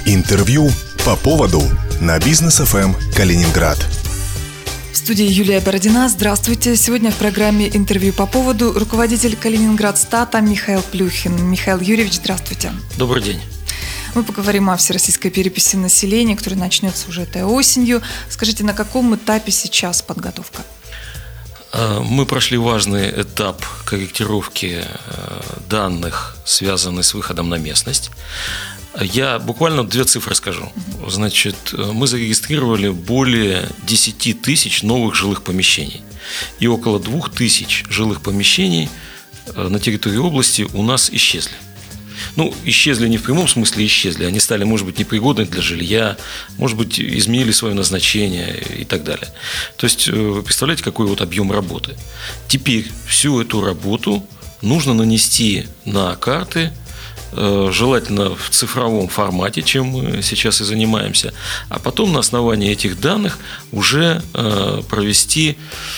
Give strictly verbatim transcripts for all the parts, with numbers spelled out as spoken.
Интервью по поводу на Бизнес эф эм Калининград. В студии Юлия Бородина. Здравствуйте. Сегодня в программе «Интервью по поводу» руководитель Калининградстата Михаил Плюхин. Михаил Юрьевич, здравствуйте. Добрый день. Мы поговорим о всероссийской переписи населения, которая начнется уже этой осенью. Скажите, на каком этапе сейчас подготовка? Мы прошли важный этап корректировки данных, связанный с выходом на местность. Я буквально две цифры скажу. Значит, мы зарегистрировали более десять тысяч новых жилых помещений. И около двух тысяч жилых помещений на территории области у нас исчезли. Ну, исчезли не в прямом смысле исчезли. Они стали, может быть, непригодны для жилья, может быть, изменили свое назначение и так далее. То есть, вы представляете, какой вот объем работы. Теперь всю эту работу нужно нанести на карты, желательно в цифровом формате, чем мы сейчас и занимаемся, а потом на основании этих данных уже провести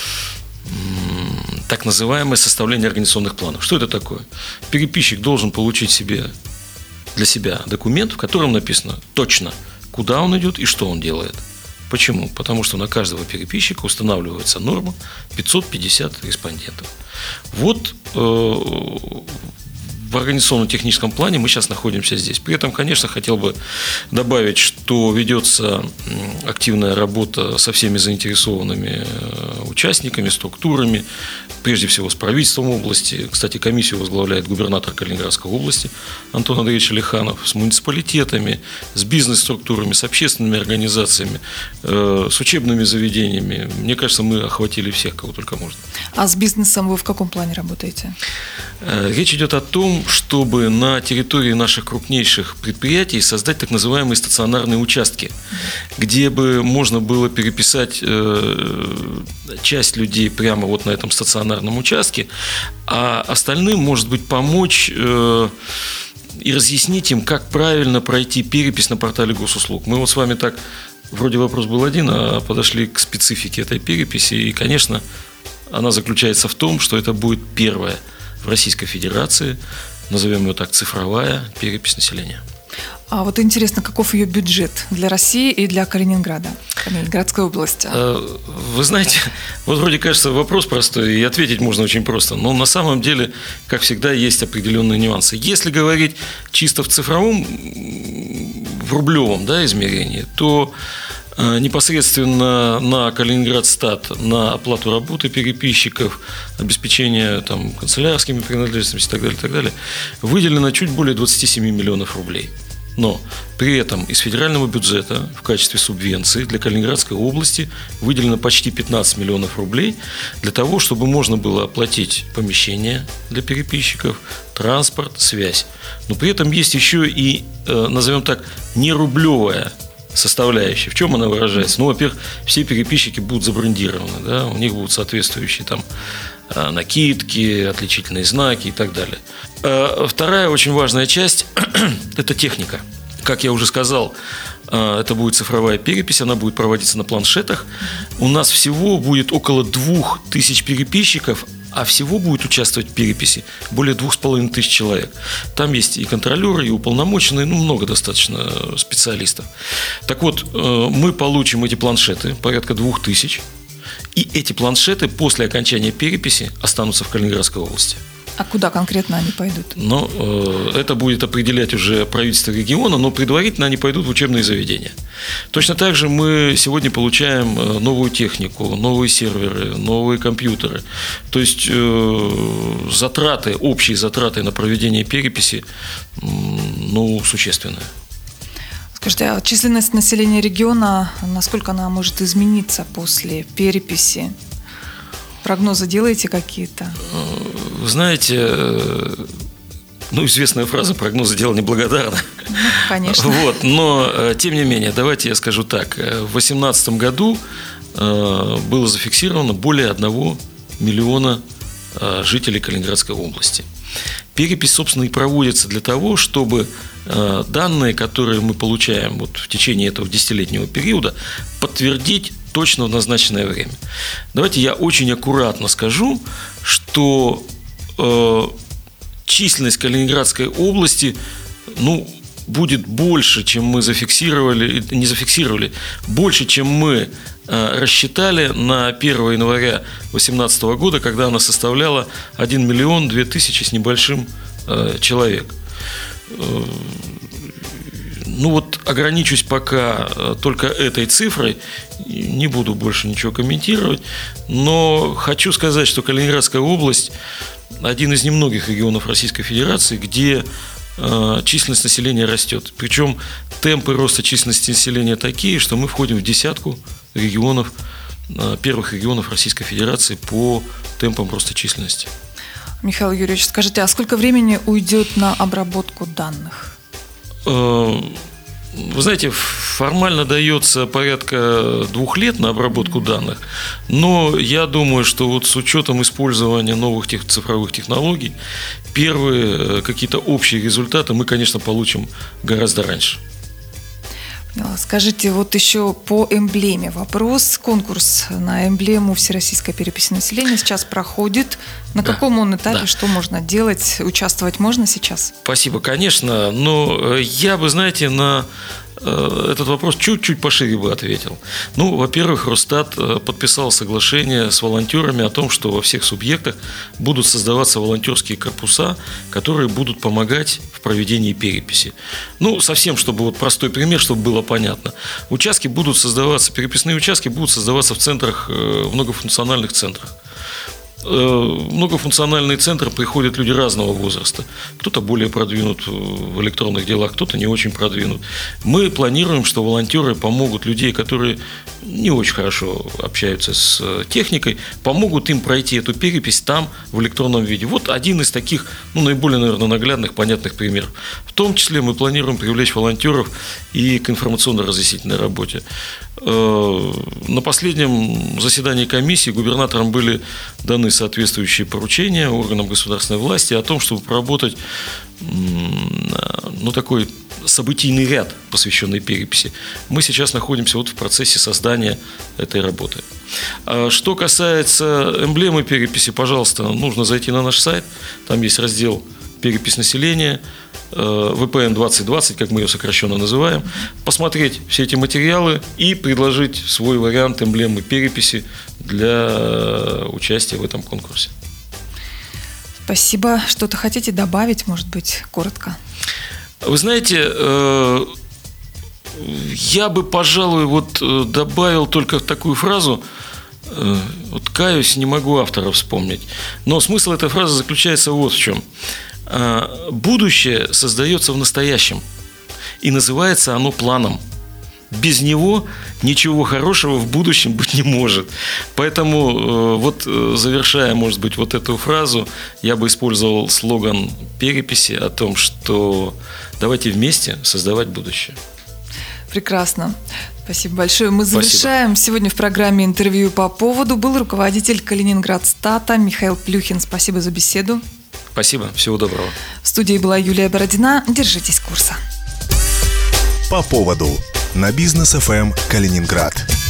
так называемое составление организационных планов. Что это такое? Переписчик должен получить себе, для себя документ, в котором написано точно, куда он идет и что он делает. Почему? Потому что на каждого переписчика устанавливается норма пятьсот пятьдесят респондентов. Вот э, в организационно-техническом плане мы сейчас находимся здесь. При этом, конечно, хотел бы добавить, что ведется активная работа со всеми заинтересованными участниками, структурами, прежде всего с правительством области. Кстати, комиссию возглавляет губернатор Калининградской области Антон Андреевич Алиханов, с муниципалитетами, с бизнес-структурами, с общественными организациями, с учебными заведениями. Мне кажется, мы охватили всех, кого только можно. А с бизнесом вы в каком плане работаете? Речь идет о том, чтобы на территории наших крупнейших предприятий создать так называемые стационарные участки, где бы можно было переписать э, часть людей прямо вот на этом стационарном участке, а остальным, может быть, помочь э, и разъяснить им, как правильно пройти перепись на портале госуслуг. Мы вот с вами так, вроде вопрос был один, а подошли к специфике этой переписи, и, конечно, она заключается в том, что это будет первая в Российской Федерации, назовем ее так, цифровая перепись населения. А вот интересно, каков ее бюджет для России и для Калининграда, Калининградской области? Вы знаете, вот вроде кажется вопрос простой, и ответить можно очень просто, но на самом деле, как всегда, есть определенные нюансы. Если говорить чисто в цифровом, в рублевом, да, измерении, то непосредственно на Калининградстат, на оплату работы переписчиков, обеспечение там, канцелярскими принадлежностями и так далее, и так далее, выделено чуть более двадцать семь миллионов рублей. Но при этом из федерального бюджета в качестве субвенции для Калининградской области выделено почти пятнадцать миллионов рублей для того, чтобы можно было оплатить помещения для переписчиков, транспорт, связь. Но при этом есть еще и, назовем так, нерублевая составляющая. В чем она выражается? Ну, во-первых, все переписчики будут забрендированы, да? У них будут соответствующие там накидки, отличительные знаки и так далее. Вторая очень важная часть – это техника. Как я уже сказал, это будет цифровая перепись, она будет проводиться на планшетах. У нас всего будет около двух тысяч переписчиков, а всего будет участвовать в переписи более двух с половиной тысяч человек. Там есть и контролеры, и уполномоченные, ну, много достаточно специалистов. Так вот, мы получим эти планшеты, порядка двух тысяч, и эти планшеты после окончания переписи останутся в Калининградской области. А куда конкретно они пойдут? Но э, это будет определять уже правительство региона, но предварительно они пойдут в учебные заведения. Точно так же мы сегодня получаем новую технику, новые серверы, новые компьютеры. То есть э, затраты, общие затраты на проведение переписи, ну, существенные. Скажите, а численность населения региона, насколько она может измениться после переписи? Прогнозы делаете какие-то? Вы знаете, ну, известная фраза «прогнозы дело неблагодарно». Ну, конечно. Вот, но, тем не менее, давайте я скажу так. В две тысячи восемнадцатом году было зафиксировано более одного миллиона жителей Калининградской области. Перепись, собственно, и проводится для того, чтобы данные, которые мы получаем вот в течение этого десятилетнего периода, подтвердить точно в назначенное время. Давайте я очень аккуратно скажу, что э, численность Калининградской области, ну, будет больше, чем мы зафиксировали, не зафиксировали, больше, чем мы рассчитали на первого января две тысячи восемнадцатого года, когда она составляла один миллион две тысячи с небольшим человек. Ну вот ограничусь пока только этой цифрой, не буду больше ничего комментировать, но хочу сказать, что Калининградская область один из немногих регионов Российской Федерации, где э, численность населения растет. Причем темпы роста численности населения такие, что мы входим в десятку регионов, э, первых регионов Российской Федерации по темпам роста численности. Михаил Юрьевич, скажите, а сколько времени уйдет на обработку данных? Э, Вы знаете, формально дается порядка двух лет на обработку данных, но я думаю, что вот с учетом использования новых тех, цифровых технологий, первые какие-то общие результаты мы, конечно, получим гораздо раньше. Скажите, вот еще по эмблеме вопрос. Конкурс на эмблему Всероссийской переписи населения сейчас проходит. На да, каком он этапе, да. Что можно делать? Участвовать можно сейчас? Спасибо, конечно. Но я бы, знаете, на этот вопрос чуть-чуть пошире бы ответил. Ну, во-первых, Росстат подписал соглашение с волонтерами о том, что во всех субъектах будут создаваться волонтерские корпуса, которые будут помогать в проведении переписи. Ну, совсем, чтобы вот простой пример, чтобы было понятно. Участки будут создаваться, переписные участки будут создаваться в центрах, в многофункциональных центрах. В многофункциональные центры приходят люди разного возраста. Кто-то более продвинут в электронных делах, кто-то не очень продвинут. Мы планируем, что волонтеры помогут людей, которые не очень хорошо общаются с техникой, помогут им пройти эту перепись там, в электронном виде. Вот один из таких, ну, наиболее, наверное, наглядных, понятных примеров. В том числе мы планируем привлечь волонтеров и к информационно-разъяснительной работе. На последнем заседании комиссии губернаторам были даны соответствующие поручения органам государственной власти о том, чтобы проработать, ну, такой событийный ряд, посвященный переписи. Мы сейчас находимся вот в процессе создания этой работы. Что касается эмблемы переписи, пожалуйста, нужно зайти на наш сайт, там есть раздел «Перепись населения», вэ пэ эн двадцать двадцать, как мы ее сокращенно называем, посмотреть все эти материалы и предложить свой вариант эмблемы переписи для участия в этом конкурсе. Спасибо. Что-то хотите добавить, может быть, коротко? Вы знаете, я бы, пожалуй, вот добавил только такую фразу, вот каюсь, не могу автора вспомнить, но смысл этой фразы заключается вот в чем. Будущее создается в настоящем, и называется оно планом. Без него ничего хорошего в будущем быть не может. Поэтому, вот завершая, может быть, вот эту фразу, я бы использовал слоган переписи о том, что давайте вместе создавать будущее. Прекрасно. Спасибо большое. Мы завершаем. Спасибо. Сегодня в программе «Интервью по поводу» был руководитель Калининградстата Михаил Плюхин. Спасибо за беседу. Спасибо. Всего доброго. В студии была Юлия Бородина. Держитесь курса. По поводу на Бизнес эф эм Калининград.